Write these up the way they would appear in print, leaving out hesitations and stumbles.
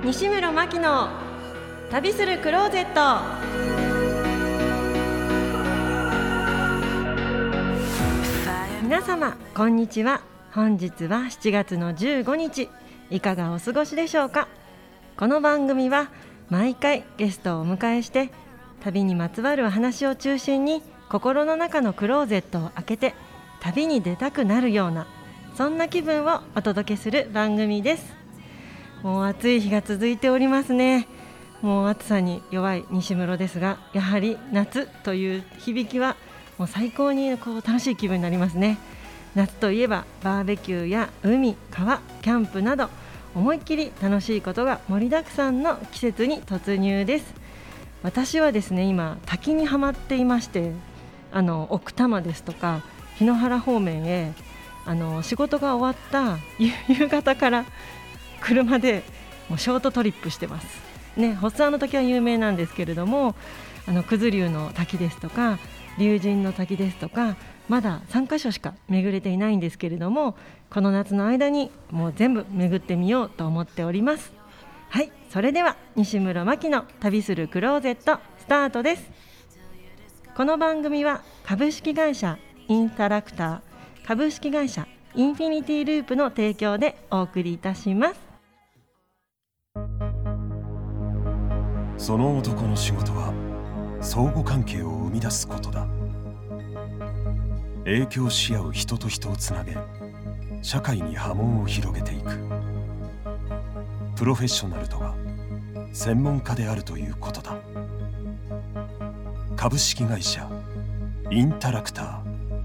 西村真希の旅するクローゼット。皆様こんにちは。本日は7月の15日、いかがお過ごしでしょうか。この番組は毎回ゲストをお迎えして、旅にまつわる話を中心に心の中のクローゼットを開けて旅に出たくなるような、そんな気分をお届けする番組です。もう暑い日が続いておりますね。もう暑さに弱い西室ですが、やはり夏という響きはもう最高に楽しい気分になりますね。夏といえばバーベキューや海、川、キャンプなど思いっきり楽しいことが盛りだくさんの季節に突入です。私はですね、今滝にはまっていまして、奥多摩ですとか檜原方面へ仕事が終わった夕方から車でもうショートトリップしてますね。発山の滝は有名なんですけれども、九頭竜の滝ですとか龍神の滝ですとか、まだ3カ所しか巡れていないんですけれども、この夏の間にもう全部巡ってみようと思っております。はい、それでは西室真希の旅するクローゼットスタートです。この番組は株式会社インタラクター、株式会社インフィニティループの提供でお送りいたします。 その男の仕事は相互関係を生み出すことだ。影響し合う人と人をつなげ、社会に波紋を広げていく。プロフェッショナルとは専門家であるということだ。株式会社インタラクター。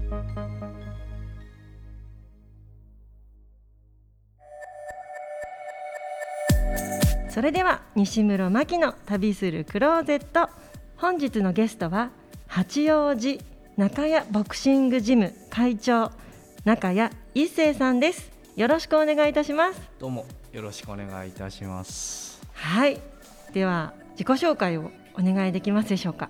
それでは西室真希の旅するクローゼット、本日のゲストは八王子中谷ボクシングジム会長、中谷一生さんです。よろしくお願いいたします。 どうもよろしくお願いいたします。 はい、では自己紹介をお願いできますでしょうか。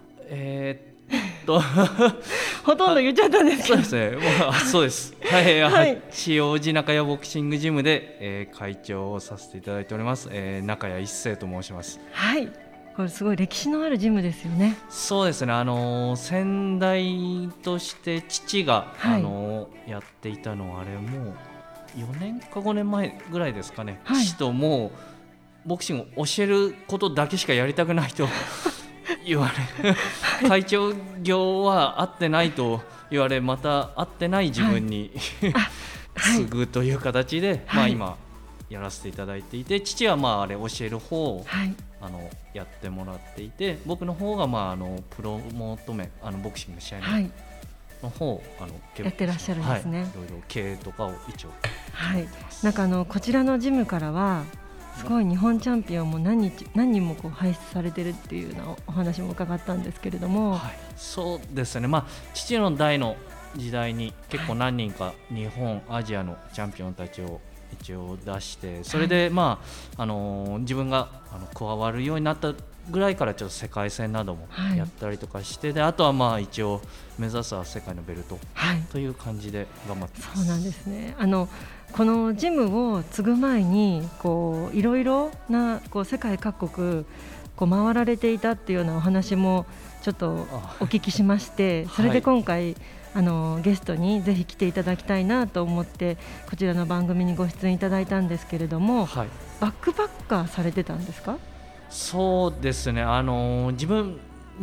ほとんど言っちゃったんですけど。 そうですね、そうです。はい、八王子中谷ボクシングジムで、会長をさせていただいております、中谷一生と申します。 はい、これすごい歴史のあるジムですよね。 そうですね、先代として父が、やっていたのはあれもう4年か5年前ぐらいですかね、父ともうボクシングを教えることだけしかやりたくないと言われ会長業は合ってないと言われ、また合ってない自分に、継ぐという形で、今やらせていただいていて、父はあれ教える方を、やってもらっていて、僕の方がプロモート面、ボクシングの試合の方をやってらっしゃるんですね。 いろいろ経営とかを一応なんかこちらのジムからはすごい日本チャンピオンも何人も輩出されてるっていうようなお話も伺ったんですけれども、 そうですね、父の代の時代に結構何人か日本、アジアのチャンピオンたちを一応出して、それで、自分が加わるようになったぐらいからちょっと世界戦などもやったりとかして、であとは一応目指すは世界のベルトという感じで頑張ってます。 そうなんですね。このジムを継ぐ前にいろいろな世界各国回られていたっていうようなお話もちょっとお聞きしまして、それで今回ゲストにぜひ来ていただきたいなと思ってこちらの番組にご出演いただいたんですけれども、バックパッカーされてたんですか？ そうですね、自分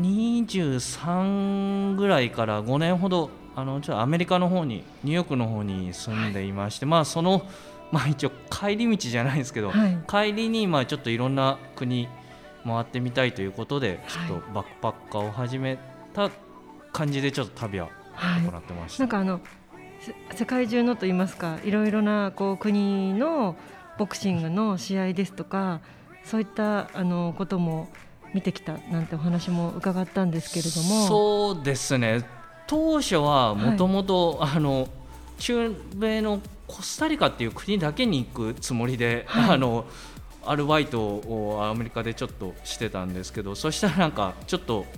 23ぐらいから5年ほどちょっとアメリカの方にニューヨークの方に住んでいまして、その、一応帰り道じゃないですけど、帰りにちょっといろんな国回ってみたいということで、ちょっとバックパッカーを始めた感じでちょっと旅は行ってました。 なんか世界中のといいますか、いろいろな国のボクシングの試合ですとか、そういったことも見てきたなんてお話も伺ったんですけれども。 そうですね、当初はもともと中米のコスタリカっていう国だけに行くつもりで、アルバイトをアメリカでちょっとしてたんですけど、そしたらちょっと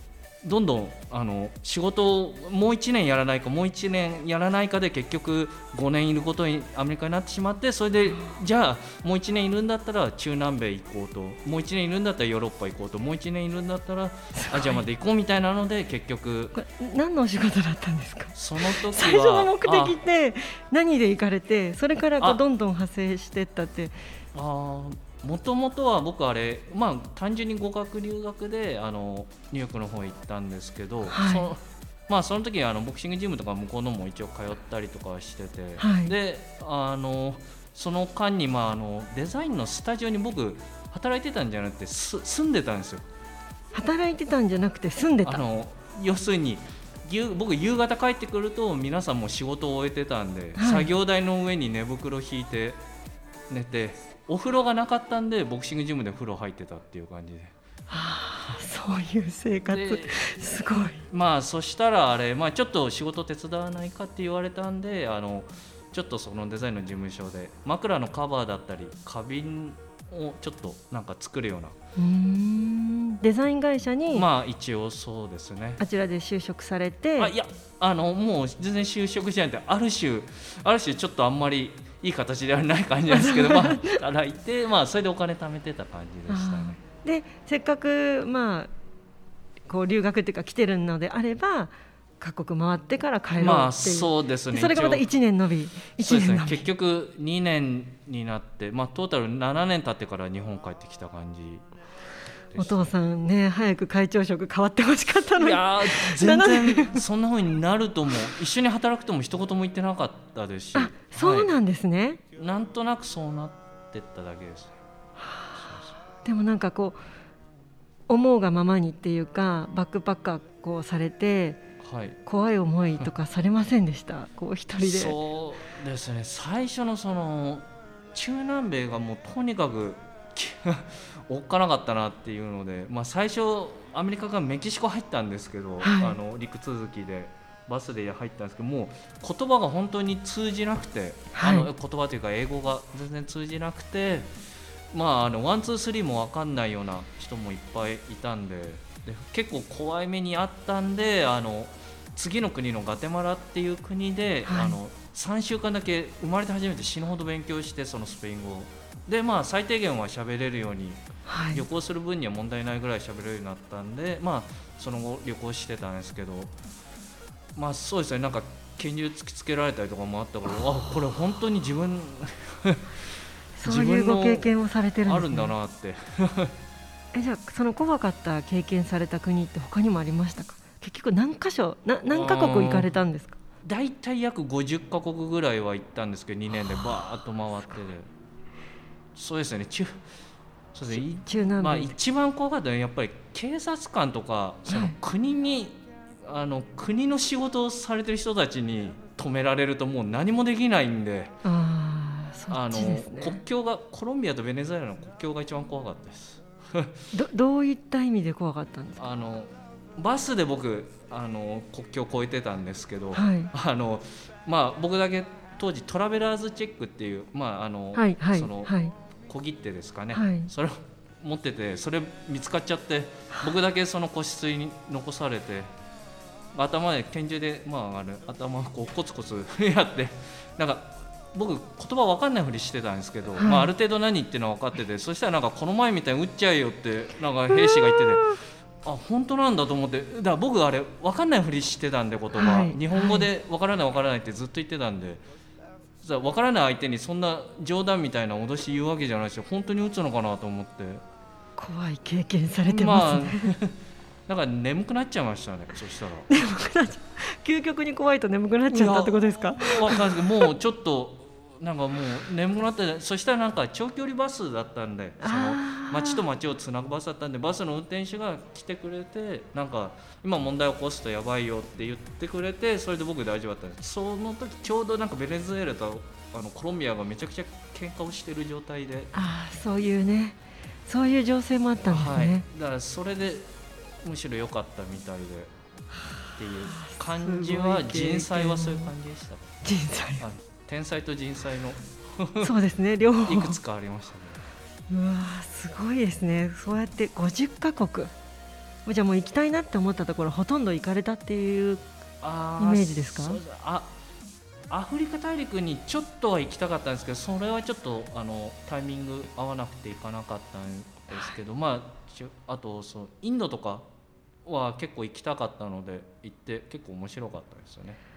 どんどん仕事をもう1年やらないかもう1年やらないかで結局5年いることにアメリカになってしまって、それでじゃあもう1年いるんだったら中南米行こうと、もう1年いるんだったらヨーロッパ行こうと、もう1年いるんだったらアジアまで行こうみたいなので、結局これ何のお仕事だったんですか？ その時は最初の目的って何で行かれて、それからどんどん派生していったって。 もともとは僕あれ、単純に語学留学でニューヨークの方へ行ったんですけど、 はい、 その時ボクシングジムとか向こうのも一応通ったりとかしてて、 はい、 でその間に、デザインのスタジオに僕働いてたんじゃなくて住んでたんですよ。 働いてたんじゃなくて住んでた。 要するに僕夕方帰ってくると皆さんも仕事を終えてたんで、 はい、 作業台の上に寝袋引いて寝て、お風呂がなかったんでボクシングジムで風呂入ってたっていう感じで、 そういう生活すごい。 そしたらあれ、ちょっと仕事手伝わないかって言われたんで、ちょっとそのデザインの事務所で枕のカバーだったり花瓶をちょっとなんか作るようなデザイン会社に一応そうですね、 あちらで就職されて。 いやもう全然就職じゃなくてある種ちょっとあんまりいい形ではない感じなんですけど働いて、それでお金貯めてた感じでしたね。 でせっかくこう留学っていうか来てるのであれば各国回ってから帰ろうっていう、 そうですね、 それがまた1年延びそうですね、結局2年になって、トータル7年経ってから日本帰ってきた感じ。 お父さんね、早く会長職変わってほしかったのに。 いや全然そんな風になるとも一緒に働くとも一言も言ってなかったですし。 そうなんですね、 なんとなくそうなってっただけです。 でもなんかこう思うがままにっていうか、バックパッカーこうされて、怖い思いとかされませんでしたこう一人で。 そうですね、最初のその中南米がもうとにかくおっかなかったなっていうので、最初アメリカからメキシコ入ったんですけど、陸続きでバスで入ったんですけど、もう言葉が本当に通じなくて、言葉というか英語が全然通じなくて、ワンツースリーも分かんないような人もいっぱいいたんで、結構怖い目にあったんで、次の国のガテマラっていう国で、3週間だけ生まれて初めて死ぬほど勉強して、そのスペイン語で、最低限は喋れるように、旅行する分には問題ないぐらい喋れるようになったんで、その後旅行してたんですけど、そうですね、なんか拳銃突きつけられたりとかもあったから、これ本当に自分そういうご経験をされてるんですね。 あるんだなってじゃあその怖かった経験された国って他にもありましたか？結局何カ国行かれたんですか？ だいたい約50カ国ぐらいは行ったんですけど、2年でバーッと回って、そうですね、中南米、一番怖かったのはやっぱり警察官とか、その国に、国の仕事をされてる人たちに止められるともう何もできないんで、国境がコロンビアとベネズエラの国境が一番怖かったですどういった意味で怖かったんですか？ バスで僕国境を越えてたんですけど、僕だけ当時トラベラーズチェックっていう、その小切手ですかね、それを持ってて、それ見つかっちゃって、僕だけその個室に残されて、頭で拳銃で、頭をこうコツコツやって、なんか僕言葉分かんないふりしてたんですけど、ある程度何言ってるのは分かってて、そしたらなんかこの前みたいに撃っちゃえよってなんか兵士が言ってて、本当なんだと思って、だから僕あれ分かんないふりしてたんで、言葉、日本語で分からないってずっと言ってたんで、分からない相手にそんな冗談みたいな脅し言うわけじゃないし、本当に撃つのかなと思って。 怖い経験されてますね、 なんか眠くなっちゃいましたね。そしたら眠くなっちゃう、究極に怖いと眠くなっちゃったってことですか？ 分かんないけど、もうちょっとなんかもう眠くなって、そしたらなんか長距離バスだったんで、その町と町をつなぐバスだったんで、バスの運転手が来てくれて、なんか今問題を起こすとやばいよって言ってくれて、それで僕大丈夫だったんです。その時ちょうどなんかベネズエラとコロンビアがめちゃくちゃ喧嘩をしてる状態で、 そういうね、そういう情勢もあったんですね、 だからそれでむしろ良かったみたいでっていう感じは、人災はそういう感じでした。 人災、 天才と人災のそうですね、両方いくつかありましたね。 うわすごいですね。そうやって50カ国じゃあもう行きたいなって思ったところほとんど行かれたっていうイメージですか？ アフリカ大陸にちょっとは行きたかったんですけど、それはちょっとタイミング合わなくて行かなかったんですけど、あとインドとかは結構行きたかったので行って結構面白かったですよね。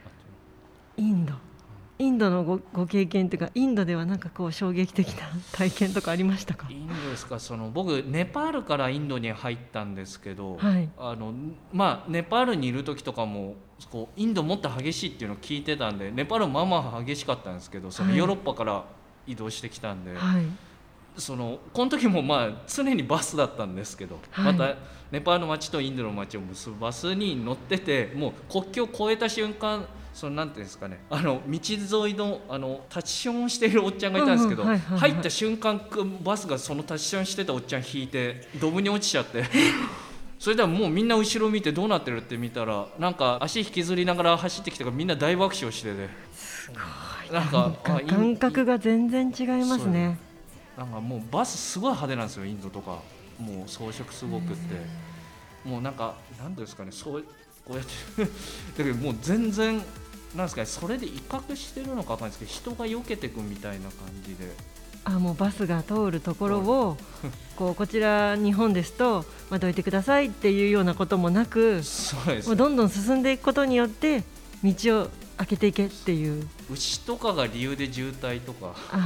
インドの ご経験というか、インドではなんかこう衝撃的な体験とかありましたか？ インドですか。僕ネパールからインドに入ったんですけど、 はい、 ネパールにいる時とかもインドもっと激しいっていうのを聞いてたんで、ネパールまあまあ激しかったんですけど、ヨーロッパから移動してきたんで、 はい、 この時も常にバスだったんですけど、 はい、 またネパールの街とインドの街を結ぶバスに乗ってて、もう国境を越えた瞬間なんていうんですかね、道沿いのタッチションをしているおっちゃんがいたんですけど、入った瞬間バスがそのタッチションしてたおっちゃん引いてドブに落ちちゃってそれではもうみんな後ろ見てどうなってるって見たら、なんか足引きずりながら走ってきたからみんな大爆笑してて、 すごいなんか感覚が全然違いますね。 なんかもうバスすごい派手なんですよ、インドとか。もう装飾すごくって、もうなんかなんですかね、こうやってだけどもう全然なんですかね、それで威嚇してるのか分かんないですけど、人が避けてくみたいな感じで、 もうバスが通るところをこちら日本ですとどいてくださいっていうようなこともなく、 そうです、 もうどんどん進んでいくことによって道を開けていけっていう。 牛とかが理由で渋滞とかそっ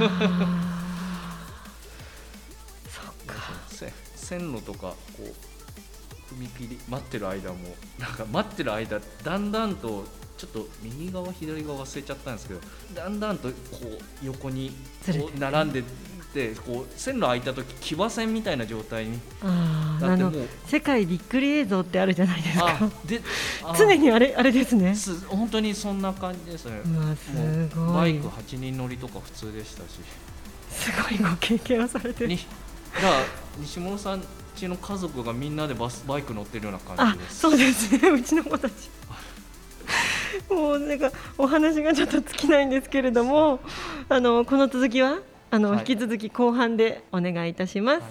か線路とか踏切待ってる間もだんだんとちょっと右側左側忘れちゃったんですけど、だんだんと横に並んでって線路開いた時騎馬戦みたいな状態になってもう世界びっくり映像ってあるじゃないですか。常にあれですね。 本当にそんな感じですね。 すごい。 バイク8人乗りとか普通でしたし、 すごいご経験をされてる。 だから西村さんちの家族がみんなでバイク乗ってるような感じです。 そうですね、うちの子たちもうなんかお話がちょっと尽きないんですけれども、この続きは引き続き後半でお願いいたします。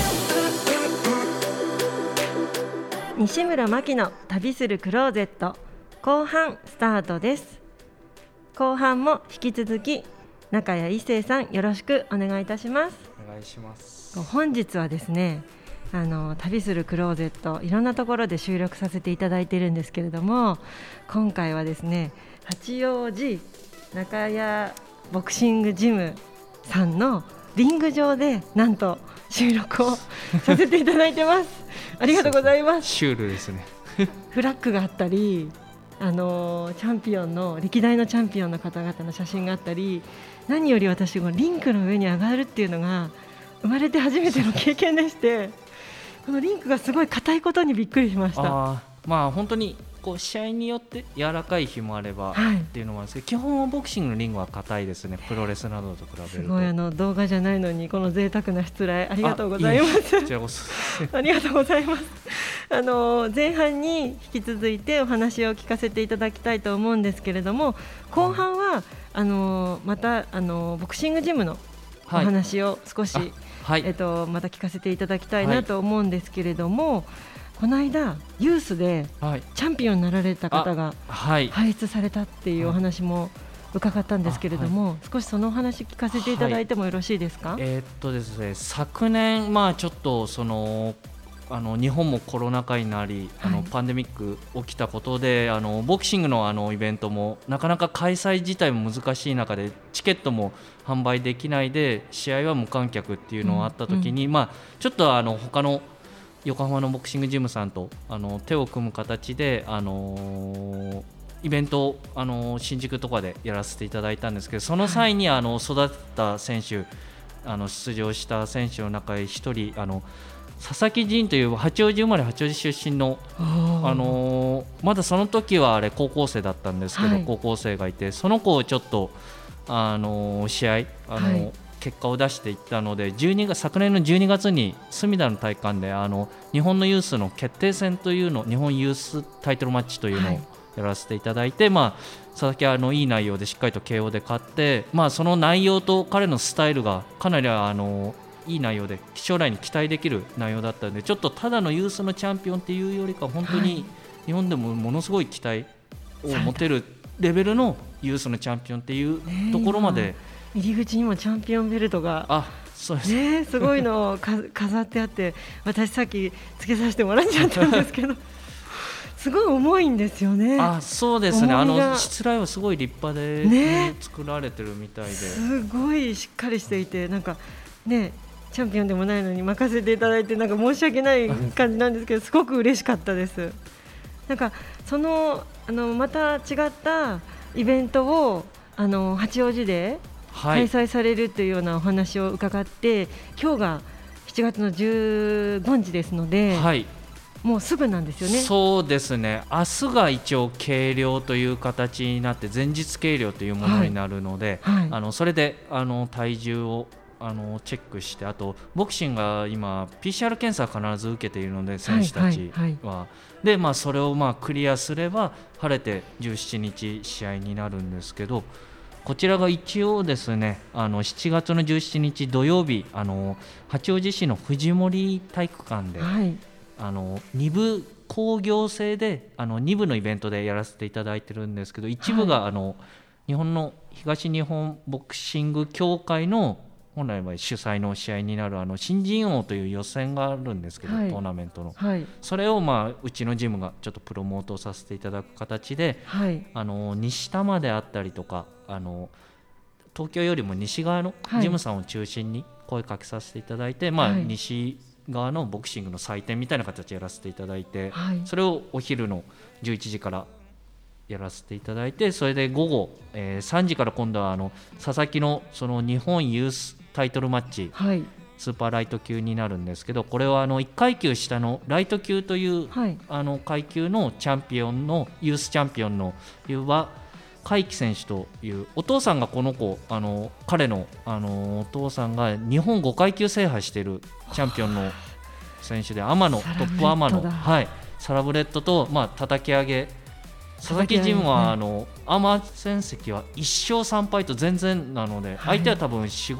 西村真希の旅するクローゼット後半スタートです。後半も引き続き中谷一生さんよろしくお願いいたします。 お願いします。 本日はですね、旅するクローゼットいろんなところで収録させていただいているんですけれども、今回はですね、八王子中谷ボクシングジムさんのリング上でなんと収録をさせていただいてますありがとうございます。 シュールですねフラッグがあったり、チャンピオンの歴代のチャンピオンの方々の写真があったり、何より私このリンクの上に上がるっていうのが生まれて初めての経験でしてこのリンクがすごい硬いことにびっくりしました。 本当に試合によって柔らかい日もあればっていうのもあるんですけど、基本はボクシングのリングは硬いですね、プロレスなどと比べると。すごい動画じゃないのにこの贅沢な失礼ありがとうございます。 こちらこそありがとうございます。前半に引き続いてお話を聞かせていただきたいと思うんですけれども、後半はまたボクシングジムのお話を少し、また聞かせていただきたいなと思うんですけれども、この間ユースでチャンピオンになられた方が輩出されたっていうお話も伺ったんですけれども、少しそのお話聞かせていただいてもよろしいですか？ ですね、昨年ちょっと日本もコロナ禍になり、パンデミック起きたことでボクシングのイベントもなかなか開催自体も難しい中でチケットも販売できないで試合は無観客っていうのがあった時に、ちょっと他の横浜のボクシングジムさんと手を組む形でイベントを新宿とかでやらせていただいたんですけど、その際に育てた選手出場した選手の中で一人佐々木仁という八王子生まれ八王子出身のまだその時は高校生だったんですけど、高校生がいて、その子をちょっと試合結果を出していったので、昨年の12月に隅田の体育館で日本のユースの決定戦というの、日本ユースタイトルマッチというのをやらせていただいて、佐々木はいい内容でしっかりと KO で勝って、その内容と彼のスタイルがかなりいい内容で将来に期待できる内容だったので、ちょっとただのユースのチャンピオンっていうよりか本当に日本でもものすごい期待を持てるレベルのユースのチャンピオンっていうところまで、 入り口にもチャンピオンベルトがそうですね、 すごいのを飾ってあって、私さっきつけさせてもらっちゃったんですけどすごい重いんですよね。 そうですね、しつらいはすごい立派で、作られてるみたいで、 すごいしっかりしていて、なんかねチャンピオンでもないのに任せていただいて、なんか申し訳ない感じなんですけど、すごく嬉しかったです。なんかまた違ったイベントを八王子で開催されるというようなお話を伺って、今日が7月の15日ですので、もうすぐなんですよね。 そうですね、明日が一応計量という形になって、前日計量というものになるので、それで体重をチェックして、あとボクシングが今 PCR 検査は必ず受けているので、選手たちは、でそれをクリアすれば晴れて17日試合になるんですけど、こちらが一応ですね、7月の17日土曜日、八王子市の藤森体育館で、2部工業制で2部のイベントでやらせていただいてるんですけど、一部が日本の東日本ボクシング協会の本来は主催の試合になる新人王という予選があるんですけど、トーナメントの、それをうちのジムがちょっとプロモートさせていただく形で、西多摩であったりとか、東京よりも西側のジムさんを中心に声かけさせていただいて、西側のボクシングの祭典みたいな形でやらせていただいて、それをお昼の11時からやらせていただいて、それで午後、3時から今度は佐々木のその日本ユースタイトルマッチ、スーパーライト級になるんですけど、これは1階級下のライト級という、階級のチャンピオンのユースチャンピオンのいうは海輝選手というお父さんがこの子、彼の、お父さんが日本5階級制覇しているチャンピオンの選手で、トップアマの、サラブレッドと、叩き上げ、佐々木ジムはアマ戦績は1勝3敗と全然なので、相手は多分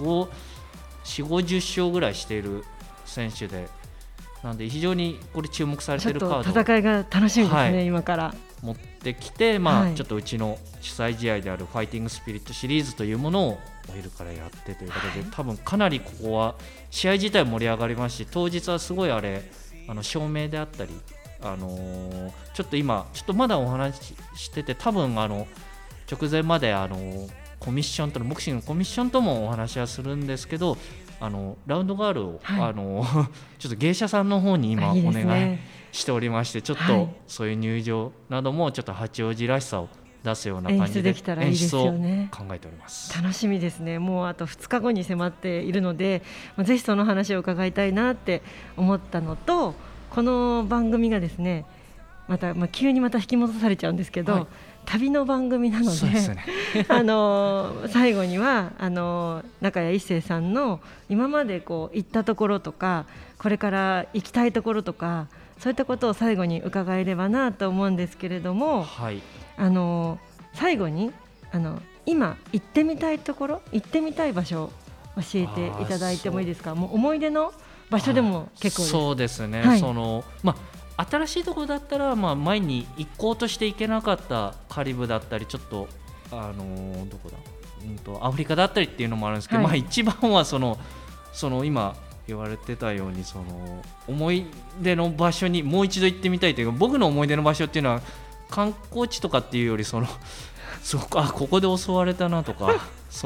4、50勝ぐらいしている選手で、なので非常にこれ注目されているカード、 ちょっと戦いが楽しみですね、今から持ってきて、ちょっとうちの主催試合であるファイティングスピリットシリーズというものをお昼からやってということで、多分かなりここは試合自体盛り上がりますし、当日はすごい照明であったり、ちょっと今ちょっとまだお話ししてて、多分直前までコミッションとのボクシングのコミッションともお話はするんですけど、ラウンドガールを、ちょっと芸者さんの方に今お願いしておりまして、ちょっとそういう入場などもちょっと八王子らしさを出すような感じで演出を考えております。 楽しみですね。もうあと2日後に迫っているので、ぜひその話を伺いたいなって思ったのと、この番組がですね、また、急にまた引き戻されちゃうんですけど、旅の番組なので、最後には中谷一生さんの今まで行ったところとか、これから行きたいところとか、そういったことを最後に伺えればなと思うんですけれども、最後に今行ってみたいところ、行ってみたい場所を教えていただいてもいいですか。もう思い出の場所でも結構です。 そうですね、新しいところだったら、前に行こうとして行けなかったカリブだったり、ちょっとどこだ、アフリカだったりっていうのもあるんですけど、一番はその今言われてたように、思い出の場所にもう一度行ってみたいというか、僕の思い出の場所っていうのは観光地とかっていうより、ここで襲われたなとか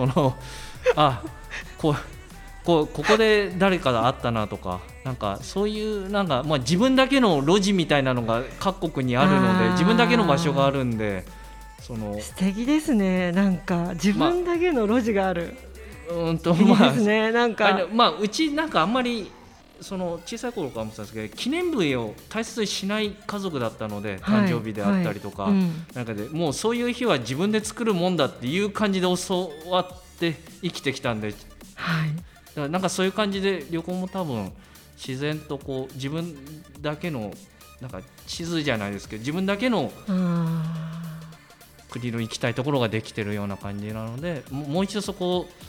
ここで誰かが会ったなとか、なんかそういう自分だけの路地みたいなのが各国にあるので、自分だけの場所があるんで、 素敵ですね。なんか自分だけの路地がある、いいですね。 うちあんまり小さい頃から思ってたんですけど、記念日を大切にしない家族だったので、誕生日であったりとか、なんかでもうそういう日は自分で作るもんだっていう感じで教わって生きてきたんで、なんかそういう感じで旅行も多分自然と自分だけの地図じゃないですけど、自分だけの国の行きたいところができてるような感じなので、もう一度そこを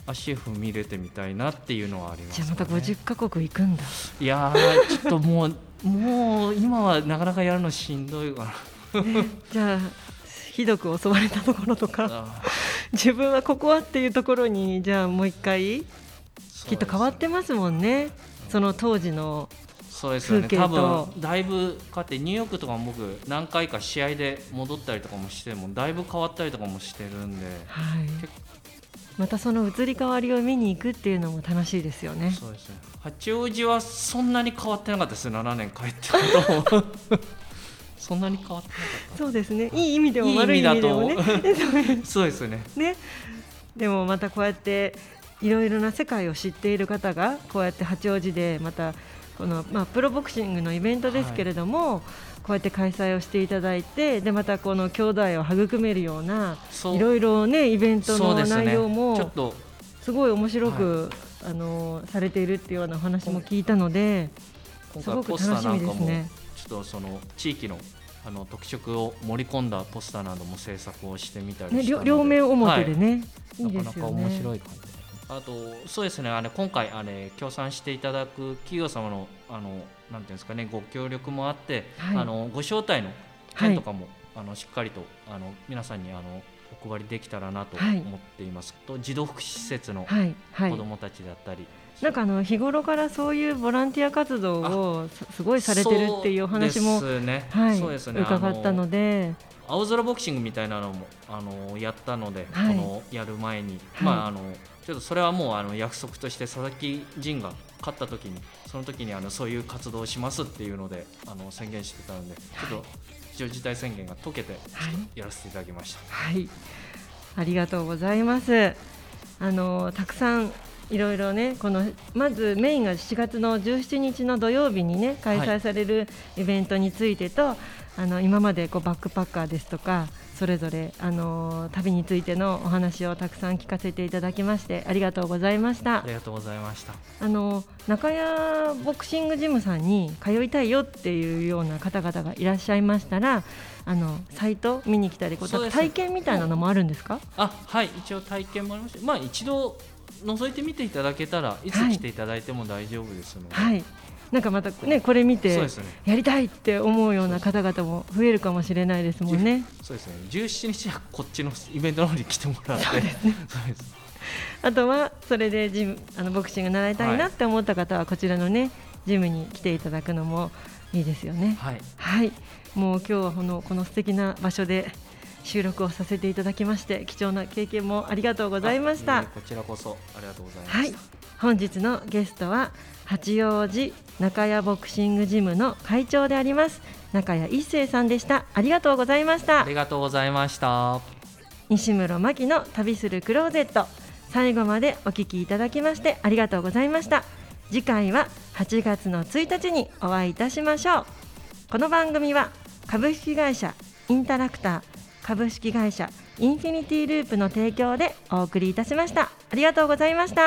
足踏み入れてみたいなっていうのはあります、ね。 じゃあまた50カ国行くんだ。 いやーちょっともう今はなかなかやるのしんどいかなじゃあひどく襲われたところとか自分はここはっていうところにじゃあもう一回きっと変わってますもんね、その当時のそうですよね。多分だいぶ変わって、ニューヨークとかも僕何回か試合で戻ったりとかもしてもだいぶ変わったりとかもしてるんで、 はい、またその移り変わりを見に行くっていうのも楽しいですよね。 そうですね。八王子はそんなに変わってなかったですよ。7年帰ってからそんなに変わってなかった。 そうですね、いい意味でも悪い意味でもねそうですよね。 でもまたこうやっていろいろな世界を知っている方がこうやって八王子でまたこの、プロボクシングのイベントですけれども、こうやって開催をしていただいて、でまたこの兄弟を育めるようないろいろねイベントの内容もちょっとすごい面白く、されているっていうようなお話も聞いたので、すごく楽しみですね。 ちょっとその地域の特色を盛り込んだポスターなども制作をしてみたりしたので、 両面表でね、いいですよね。 なかなか面白い感じで、あとそうですね、今回協賛していただく企業様のなんていうんですかね、ご協力もあって、ご招待の券とかも、しっかりと皆さんにお配りできたらなと思っています、と児童福祉施設の子どもたちだったり、 なんか日頃からそういうボランティア活動をすごいされてるっていうお話も伺ったので、 青空ボクシングみたいなのもやったので、このやる前に、ちょっとそれはもう約束として佐々木仁が勝った時にその時にそういう活動をしますっていうので宣言してたので、ちょっと非常事態宣言が解けてやらせていただきました。 ありがとうございます。たくさんいろいろね、まずメインが7月の17日の土曜日にね開催されるイベントについてと、今までバックパッカーですとかそれぞれ旅についてのお話をたくさん聞かせていただきましてありがとうございました。 ありがとうございました。 中谷ボクシングジムさんに通いたいよっていうような方々がいらっしゃいましたら、サイト見に来たり体験みたいなのもあるんですか？ はい、一応体験もありまして、一度覗いてみていただけたらいつ来ていただいても大丈夫ですので、 なんかまたねこれ見てやりたいって思うような方々も増えるかもしれないですもんね。 そうですね。17日はこっちのイベントの方に来てもらって、そうですね。 あとはそれでボクシング習いたいなって思った方はこちらのねジムに来ていただくのもいいですよね。もう今日はこの素敵な場所で収録をさせていただきまして貴重な経験もありがとうございました。 こちらこそありがとうございました。 本日のゲストは八王子中谷ボクシングジムの会長であります中谷一生さんでした。ありがとうございました。 ありがとうございました。 西室真希の旅するクローゼット、最後までお聞きいただきましてありがとうございました。次回は8月の1日にお会いいたしましょう。この番組は株式会社インタラクター、株式会社インフィニティループの提供でお送りいたしました。ありがとうございました。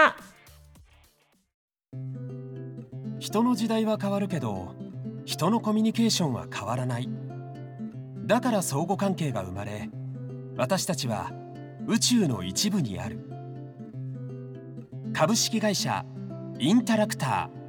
人の時代は変わるけど人のコミュニケーションは変わらない。だから相互関係が生まれ、私たちは宇宙の一部にある。株式会社インタラクター。